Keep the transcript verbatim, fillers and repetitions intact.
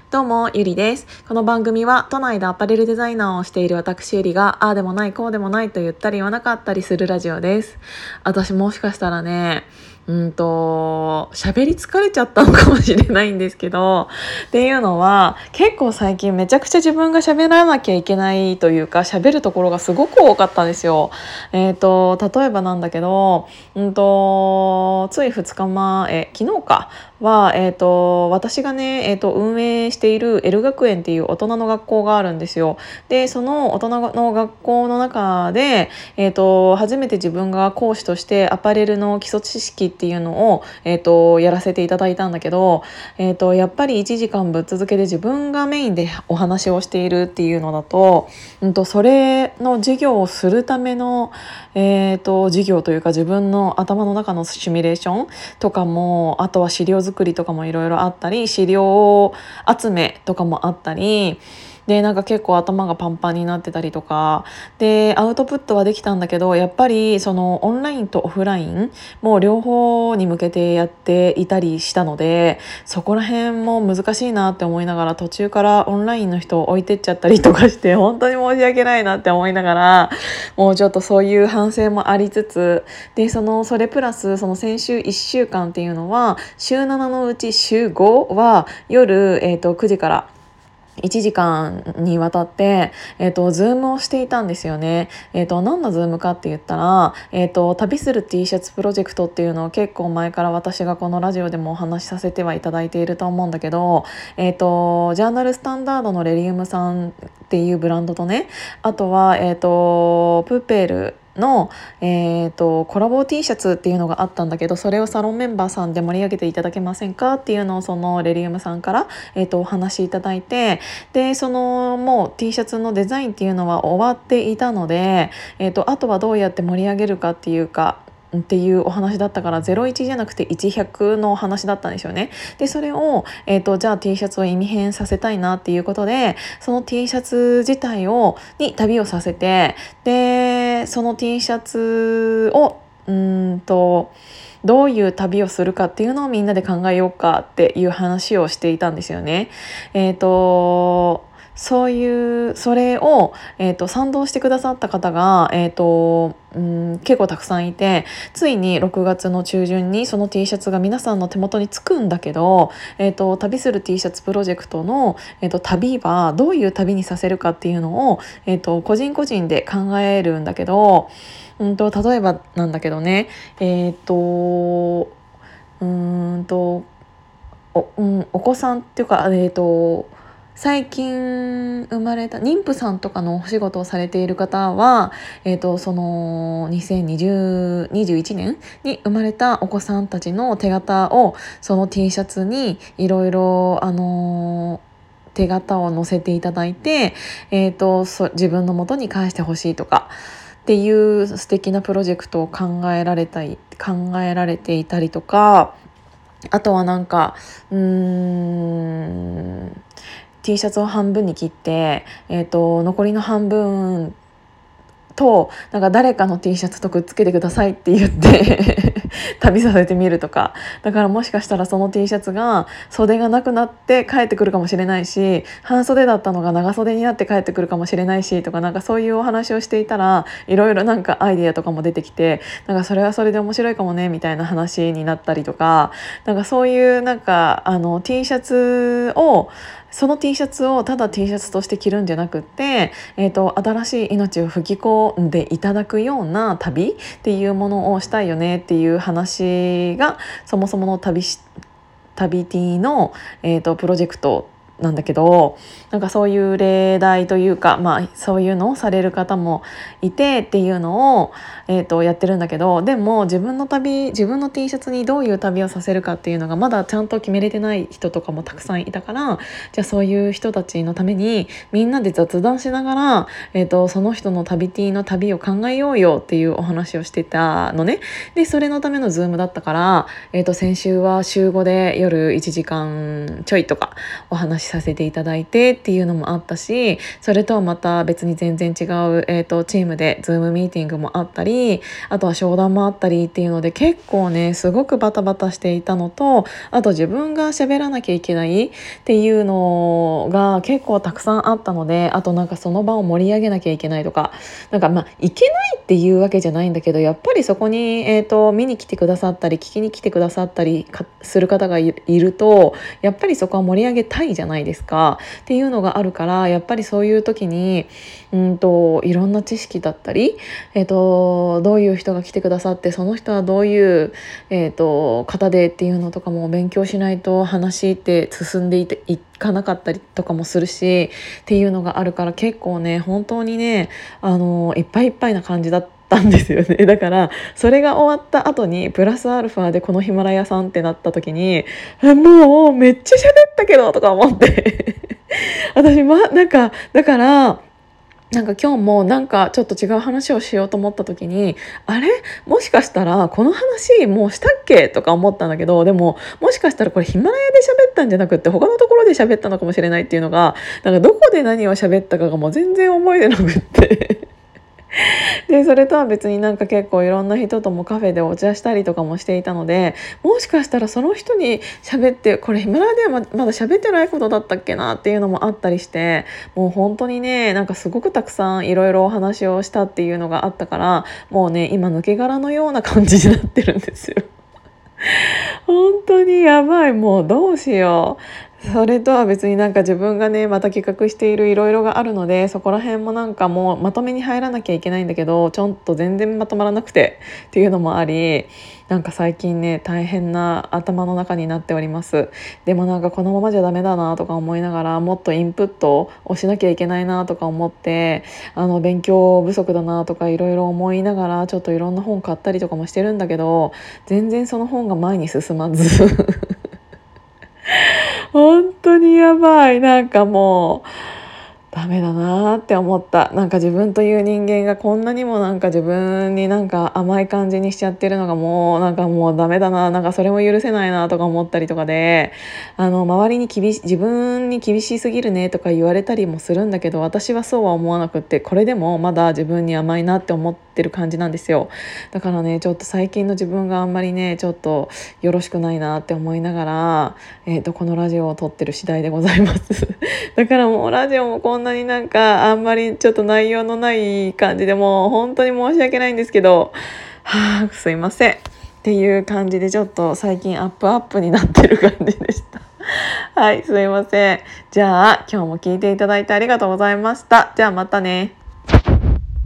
どうも、ゆりです。この番組は都内でアパレルデザイナーをしている私ゆりが、ああでもないこうでもないと言ったり言わなかったりするラジオです。私もしかしたらね、うんと、喋り疲れちゃったのかもしれないんですけど、っていうのは、結構最近めちゃくちゃ自分が喋らなきゃいけないというか、喋るところがすごく多かったんですよ。えっと、例えばなんだけど、うんと、ついふつかまえ、昨日か、は、えー、と私がね、えー、と運営している L 学園っていう大人の学校があるんですよ。でその大人の学校の中で、えー、と初めて自分が講師としてアパレルの基礎知識っていうのを、えー、とやらせていただいたんだけど、えー、とやっぱりいちじかんぶっ続けで自分がメインでお話をしているっていうのだと、うん、とそれの授業をするための、えー、と授業というか自分の頭の中のシミュレーションとかも、あとは資料作りとかもいろいろあったり、資料集めとかもあったりで、なんか結構頭がパンパンになってたりとかで、アウトプットはできたんだけど、やっぱりそのオンラインとオフラインもう両方に向けてやっていたりしたので、そこら辺も難しいなって思いながら、途中からオンラインの人を置いてっちゃったりとかして本当に申し訳ないなって思いながら、もうちょっとそういう反省もありつつで、そのそれプラスその先週いっしゅうかんっていうのは週ななのうち週ごは夜、えー、とくじからいちじかんにわたって、えっ、と、ズームをしていたんですよね。えっ、と、何のズームかって言ったら、えっ、と、旅する T シャツプロジェクトっていうのを結構前から私がこのラジオでもお話しさせてはいただいていると思うんだけど、えっ、と、ジャーナルスタンダードのレリウムさんっていうブランドとね、あとは、えっ、と、プーペール、の、えー、とコラボ T シャツっていうのがあったんだけど、それをサロンメンバーさんで盛り上げていただけませんかっていうのをそのレリウムさんから、えー、とお話しいただいて、でそのもう T シャツのデザインっていうのは終わっていたので、えー、とあとはどうやって盛り上げるかっていうかっていうお話だったから、ゼロイチじゃなくていちひゃくのお話だったんですよね。でそれを、えー、とじゃあ T シャツを意味変させたいなっていうことで、その T シャツ自体をに旅をさせて、でその T シャツをうーんとどういう旅をするかっていうのをみんなで考えようかっていう話をしていたんですよね。えっ、とそういうそれを、えー、と賛同してくださった方が、えーとうん、結構たくさんいて、ついにろくがつの中旬にその T シャツが皆さんの手元につくんだけど、えー、と旅する T シャツプロジェクトの、えー、と旅はどういう旅にさせるかっていうのを、えー、と個人個人で考えるんだけど、うんと例えばなんだけどね、えっ、とうーんとお、うん、お子さんっていうか、えっ、と最近生まれた妊婦さんとかのお仕事をされている方は、えー、とそのにせんにじゅう、にじゅういちねんに生まれたお子さんたちの手形をその T シャツにいろいろあのー手形を載せていただいて、えー、とそ自分の元に返してほしいとかっていう素敵なプロジェクトを考えられたり考えられていたりとか、あとはなんかうーん T シャツを半分に切って、えー、と残りの半分となんか誰かの T シャツとくっつけてくださいって言って旅させてみるとか。だからもしかしたらその T シャツが袖がなくなって帰ってくるかもしれないし、半袖だったのが長袖になって帰ってくるかもしれないしとか、なんかそういうお話をしていたらいろいろなんかアイディアとかも出てきて、なんかそれはそれで面白いかもねみたいな話になったりとか、なんかそういうなんかあの T シャツをその T シャツをただ T シャツとして着るんじゃなくって、えーと、新しい命を吹き込んでいただくような旅っていうものをしたいよねっていう話がそもそもの旅し旅 T の、えーと、プロジェクトなんだけど、なんかそういう例題というか、まあ、そういうのをされる方もいてっていうのを、えー、とやってるんだけど、でも自分の旅自分の T シャツにどういう旅をさせるかっていうのがまだちゃんと決めれてない人とかもたくさんいたから、じゃあそういう人たちのためにみんなで雑談しながら、えー、とその人の旅 T の旅を考えようよっていうお話をしてたのね。でそれのためのズームだったから、えー、と先週は週ごで夜いちじかんちょいとかお話ししさせていただいてっていうのもあったし、それとはまた別に全然違う、えーと、チームでズームミーティングもあったり、あとは商談もあったりっていうので結構ねすごくバタバタしていたのと、あと自分が喋らなきゃいけないっていうのが結構たくさんあったので、あとなんかその場を盛り上げなきゃいけないとか、なんかまあいけないっていうわけじゃないんだけど、やっぱりそこに、えーと、見に来てくださったり聞きに来てくださったりかする方がいると、やっぱりそこは盛り上げたいじゃないですかっていうのがあるから、やっぱりそういう時にうんといろんな知識だったり、えーと、どういう人が来てくださって、その人はどういう、えーと、方でっていうのとかも勉強しないと話って進んでいていかなかったりとかもするしっていうのがあるから、結構ね本当にねあのいっぱいいっぱいな感じだったんですよね。だからそれが終わった後にプラスアルファでこのヒマラヤさんってなった時に、もうめっちゃ喋ったけどとか思って私まなんかだからなんか今日もなんかちょっと違う話をしようと思った時に、あれもしかしたらこの話もうしたっけとか思ったんだけど、でももしかしたらこれヒマラヤで喋ったんじゃなくって他のところで喋ったのかもしれないっていうのが、なんかどこで何を喋ったかがもう全然覚えてなくってでそれとは別になんか結構いろんな人ともカフェでお茶したりとかもしていたので、もしかしたらその人に喋ってこれヒマラヤではままだ喋ってないことだったっけなっていうのもあったりして、もう本当にねなんかすごくたくさんいろいろお話をしたっていうのがあったから、もうね今抜け殻のような感じになってるんですよ本当にやばい、もうどうしよう。それとは別になんか自分がねまた企画しているいろいろがあるので、そこら辺もなんかもうまとめに入らなきゃいけないんだけど、ちょっと全然まとまらなくてっていうのもあり、なんか最近ね大変な頭の中になっております。でもなんかこのままじゃダメだなとか思いながら、もっとインプットをしなきゃいけないなとか思って、あの勉強不足だなとかいろいろ思いながら、ちょっといろんな本買ったりとかもしてるんだけど、全然その本が前に進まず本当にやばい。なんかもうダメだなって思った。なんか自分という人間がこんなにもなんか自分になんか甘い感じにしちゃってるのが、もうなんかもうダメだな、なんかそれも許せないなとか思ったりとかで、あの周りに厳し自分に厳しすぎるねとか言われたりもするんだけど、私はそうは思わなくって、これでもまだ自分に甘いなって思ってる感じなんですよ。だからねちょっと最近の自分があんまりねちょっとよろしくないなって思いながら、えーと、このラジオを撮ってる次第でございますだからもうラジオもこんなになんかあんまりちょっと内容のない感じで、もう本当に申し訳ないんですけど、はあすいませんっていう感じで、ちょっと最近アップアップになってる感じでしたはいすいません。じゃあ今日も聞いていただいてありがとうございました。じゃあまたね。